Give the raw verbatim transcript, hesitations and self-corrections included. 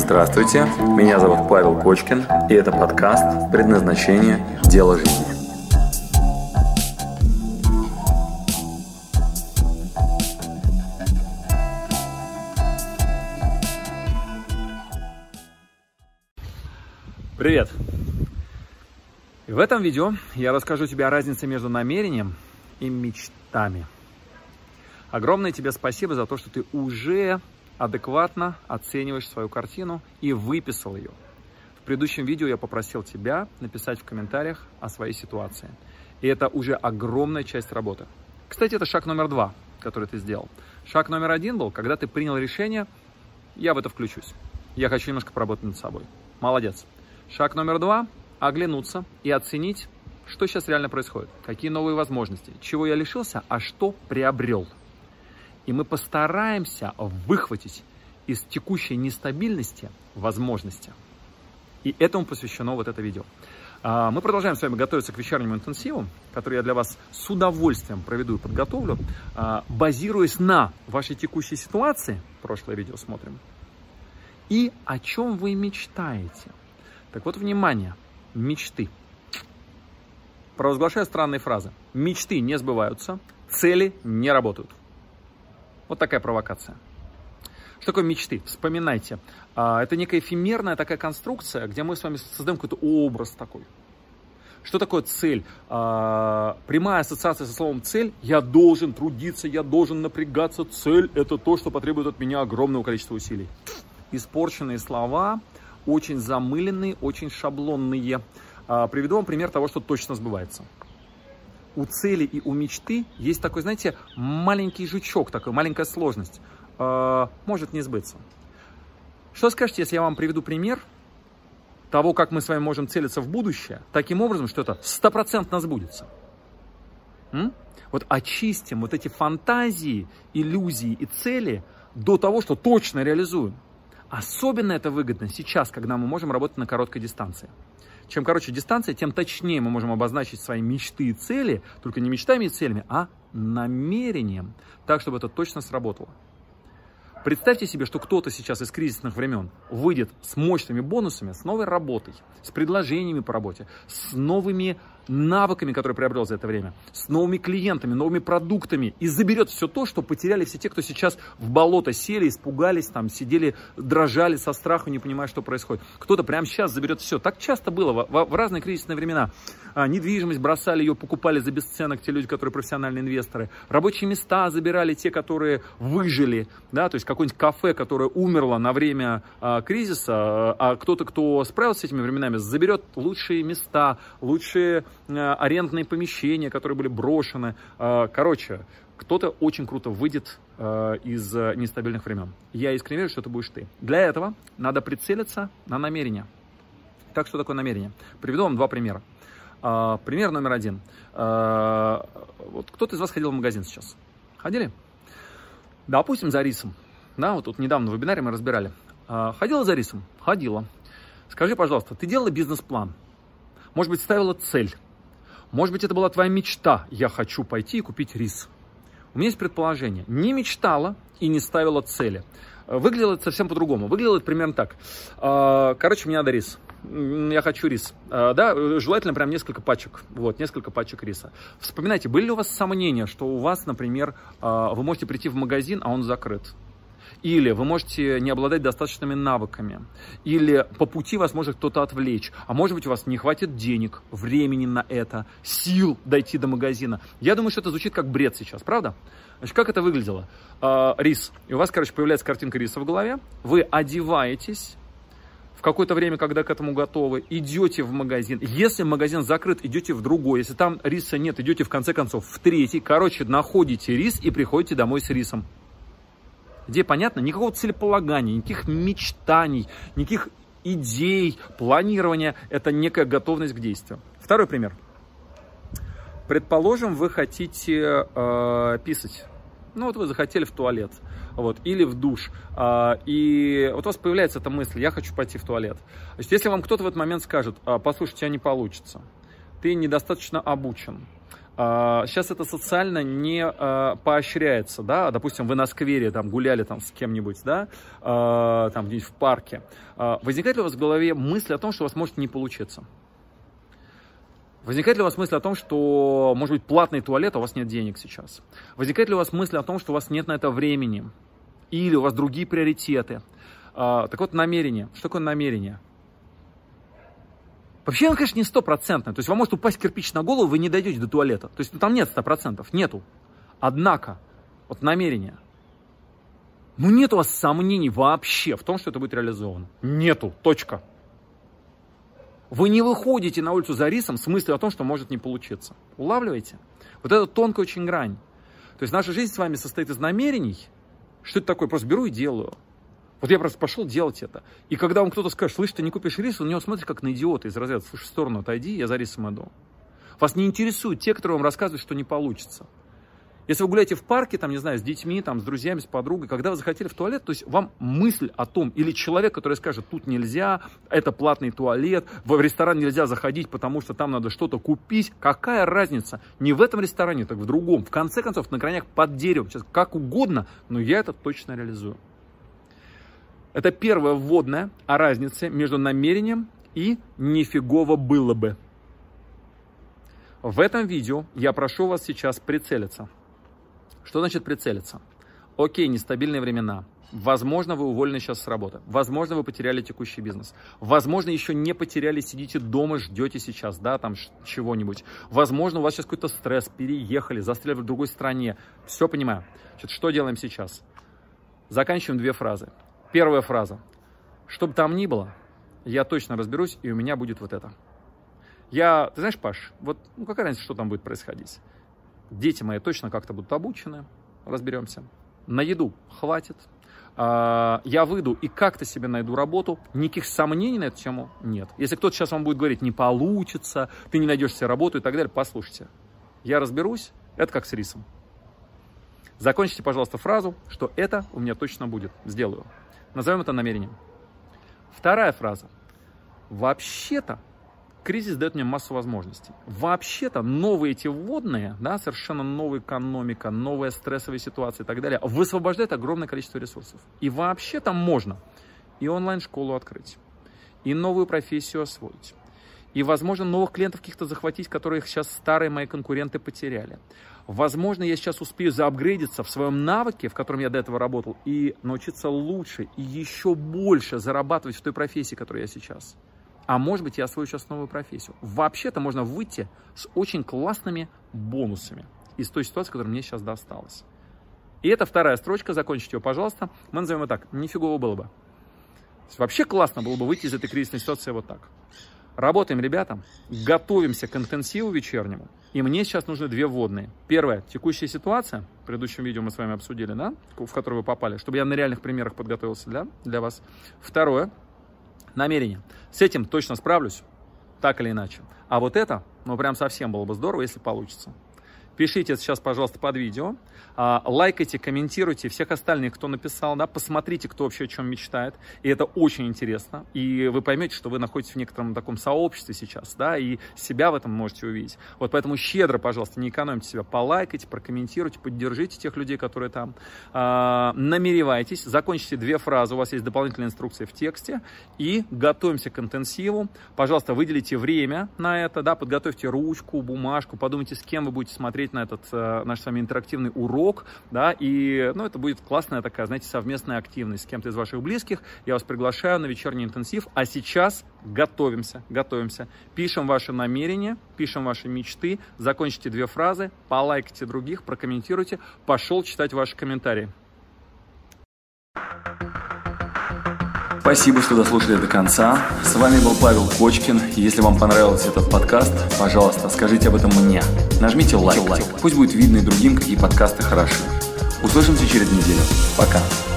Здравствуйте, меня зовут Павел Кочкин, и это подкаст «Предназначение. Дело жизни». Привет! В этом видео я расскажу тебе о разнице между намерением и мечтами. Огромное тебе спасибо за то, что ты уже адекватно оцениваешь свою картину и выписал ее. В предыдущем видео я попросил тебя написать в комментариях о своей ситуации. И это уже огромная часть работы. Кстати, это шаг номер два, который ты сделал. Шаг номер один был, когда ты принял решение, я в это включусь. Я хочу немножко поработать над собой. Молодец. Шаг номер два – оглянуться и оценить, что сейчас реально происходит. Какие новые возможности, чего я лишился, а что приобрел. И мы постараемся выхватить из текущей нестабильности возможности. И этому посвящено вот это видео. Мы продолжаем с вами готовиться к вечернему интенсиву, который я для вас с удовольствием проведу и подготовлю, базируясь на вашей текущей ситуации, прошлое видео смотрим, и о чем вы мечтаете. Так вот, внимание, мечты. Провозглашаю странные фразы. Мечты не сбываются, цели не работают. Вот такая провокация. Что такое мечты? Вспоминайте. Это некая эфемерная такая конструкция, где мы с вами создаем какой-то образ такой. Что такое цель? Прямая ассоциация со словом цель. Я должен трудиться, я должен напрягаться. Цель – это то, что потребует от меня огромного количества усилий. Испорченные слова, очень замыленные, очень шаблонные. Приведу вам пример того, что точно сбывается. У цели и у мечты есть такой, знаете, маленький жучок, такая маленькая сложность. Э, может не сбыться. Что скажете, если я вам приведу пример того, как мы с вами можем целиться в будущее, таким образом, что это стопроцентно сбудется? М? Вот очистим вот эти фантазии, иллюзии и цели до того, что точно реализуем. Особенно это выгодно сейчас, когда мы можем работать на короткой дистанции. Чем короче дистанция, тем точнее мы можем обозначить свои мечты и цели, только не мечтами и целями, а намерением, так, чтобы это точно сработало. Представьте себе, что кто-то сейчас из кризисных времен выйдет с мощными бонусами, с новой работой, с предложениями по работе, с новыми навыками, которые приобрел за это время, с новыми клиентами, новыми продуктами и заберет все то, что потеряли все те, кто сейчас в болото сели, испугались, там сидели, дрожали со страху, не понимая, что происходит. Кто-то прямо сейчас заберет все. Так часто было в, в разные кризисные времена. А, недвижимость бросали, ее покупали за бесценок те люди, которые профессиональные инвесторы. Рабочие места забирали те, которые выжили, да, то есть какое-нибудь кафе, которое умерло на время а, кризиса, а кто-то, кто справился с этими временами, заберет лучшие места, лучшие а, арендные помещения, которые были брошены. А, короче, кто-то очень круто выйдет а, из а, нестабильных времен. Я искренне верю, что это будешь ты. Для этого надо прицелиться на намерение. Так, что такое намерение? Приведу вам два примера. А, пример номер один. А, вот кто-то из вас ходил в магазин сейчас? Ходили? Допустим, за рисом. Да, вот тут недавно в вебинаре мы разбирали. А, ходила за рисом? Ходила. Скажи, пожалуйста, ты делала бизнес-план? Может быть, ставила цель? Может быть, это была твоя мечта? Я хочу пойти и купить рис. У меня есть предположение. Не мечтала и не ставила цели. Выглядело это совсем по-другому. Выглядело это примерно так. А, короче, мне надо рис. Я хочу рис. А, да, желательно прям несколько пачек. Вот, несколько пачек риса. Вспоминайте, были ли у вас сомнения, что у вас, например, вы можете прийти в магазин, а он закрыт? Или вы можете не обладать достаточными навыками. Или по пути вас может кто-то отвлечь. А может быть, у вас не хватит денег, времени на это, сил дойти до магазина. Я думаю, что это звучит как бред сейчас, правда? Значит, как это выглядело? А, рис. И у вас, короче, появляется картинка риса в голове. Вы одеваетесь в какое-то время, когда к этому готовы, идете в магазин. Если магазин закрыт, идете в другой. Если там риса нет, идете в конце концов в третий. Короче, находите рис и приходите домой с рисом. Где понятно, никакого целеполагания, никаких мечтаний, никаких идей, планирования. Это некая готовность к действию. Второй пример. Предположим, вы хотите э, писать. Ну вот вы захотели в туалет. Вот, или в душ. Э, и вот у вас появляется эта мысль, я хочу пойти в туалет. Значит, если вам кто-то в этот момент скажет, послушай, у тебя не получится. Ты недостаточно обучен. Сейчас это социально не поощряется, да, допустим, вы на сквере там гуляли там с кем-нибудь, да, там где-нибудь в парке. Возникает ли у вас в голове мысль о том, что у вас может не получиться? Возникает ли у вас мысль о том, что, может быть, платный туалет, а у вас нет денег сейчас? Возникает ли у вас мысль о том, что у вас нет на это времени? Или у вас другие приоритеты? Так вот, намерение. Что такое намерение? Вообще, оно, конечно, не стопроцентное. То есть вам может упасть кирпич на голову, вы не дойдете до туалета. То есть ну, там нет ста процентов, нету. Однако, вот намерение. Ну нет у вас сомнений вообще в том, что это будет реализовано. Нету, точка. Вы не выходите на улицу за рисом с мыслью о том, что может не получиться. Улавливаете? Вот это тонкая очень грань. То есть наша жизнь с вами состоит из намерений. Что это такое? Просто беру и делаю. Вот я просто пошел делать это. И когда вам кто-то скажет, слышь, ты не купишь рис, он на него смотрит как на идиота из разряда, слушай, в сторону отойди, я за рисом иду. Вас не интересуют те, которые вам рассказывают, что не получится. Если вы гуляете в парке, там, не знаю, с детьми, там, с друзьями, с подругой, когда вы захотели в туалет, то есть вам мысль о том, или человек, который скажет, тут нельзя, это платный туалет, в ресторан нельзя заходить, потому что там надо что-то купить, какая разница? Не в этом ресторане, так в другом. В конце концов, на крайнях под деревом, сейчас как угодно, но я это точно реализую. Это первое вводное о разнице между намерением и нифигово было бы. В этом видео я прошу вас сейчас прицелиться. Что значит прицелиться? Окей, нестабильные времена. Возможно, вы уволены сейчас с работы. Возможно, вы потеряли текущий бизнес. Возможно, еще не потеряли, сидите дома, ждете сейчас, да, там чего-нибудь. Возможно, у вас сейчас какой-то стресс, переехали, застряли в другой стране. Все понимаю. Значит, что делаем сейчас? Заканчиваем две фразы. Первая фраза. Что бы там ни было, я точно разберусь, и у меня будет вот это. Я, ты знаешь, Паш, вот ну какая разница, что там будет происходить? Дети мои точно как-то будут обучены, разберемся. На еду хватит. Я выйду и как-то себе найду работу. Никаких сомнений на эту тему нет. Если кто-то сейчас вам будет говорить, не получится, ты не найдешь себе работу и так далее, послушайте. Я разберусь, это как с рисом. Закончите, пожалуйста, фразу, что это у меня точно будет. Сделаю. Назовем это намерением. Вторая фраза. Вообще-то кризис дает мне массу возможностей. Вообще-то новые эти вводные, да, совершенно новая экономика, новая стрессовая ситуация и так далее, высвобождает огромное количество ресурсов. И вообще-то можно и онлайн-школу открыть, и новую профессию освоить, и, возможно, новых клиентов каких-то захватить, которые сейчас старые мои конкуренты потеряли. Возможно, я сейчас успею заапгрейдиться в своем навыке, в котором я до этого работал, и научиться лучше и еще больше зарабатывать в той профессии, которой я сейчас. А может быть, я освою сейчас новую профессию. Вообще-то можно выйти с очень классными бонусами из той ситуации, которая мне сейчас досталась. И это вторая строчка, закончите ее, пожалуйста. Мы назовем ее так. Нифигово было бы. Вообще классно было бы выйти из этой кризисной ситуации вот так. Работаем, ребята, готовимся к интенсиву вечернему. И мне сейчас нужны две вводные. Первое, текущая ситуация. В предыдущем видео мы с вами обсудили, да, в которую вы попали, чтобы я на реальных примерах подготовился для, для вас. Второе, намерение. С этим точно справлюсь, так или иначе. А вот это, ну прям совсем было бы здорово, если получится. Пишите это сейчас, пожалуйста, под видео. А, лайкайте, комментируйте всех остальных, кто написал, да, посмотрите, кто вообще о чем мечтает. И это очень интересно. И вы поймете, что вы находитесь в некотором таком сообществе сейчас, да, и себя в этом можете увидеть. Вот поэтому щедро, пожалуйста, не экономьте себя, полайкайте, прокомментируйте, поддержите тех людей, которые там. А, намеревайтесь, закончите две фразы, у вас есть дополнительные инструкции в тексте, и готовимся к интенсиву. Пожалуйста, выделите время на это, да, подготовьте ручку, бумажку, подумайте, с кем вы будете смотреть на этот э, наш с вами интерактивный урок, да, и, ну, это будет классная такая, знаете, совместная активность с кем-то из ваших близких. Я вас приглашаю на вечерний интенсив, а сейчас готовимся, готовимся. Пишем ваши намерения, пишем ваши мечты, закончите две фразы, полайкайте других, прокомментируйте, пошел читать ваши комментарии. Спасибо, что дослушали до конца. С вами был Павел Кочкин. Если вам понравился этот подкаст, пожалуйста, скажите об этом мне. Нажмите лайк. Пусть будет видно и другим, какие подкасты хороши. Услышимся через неделю. Пока.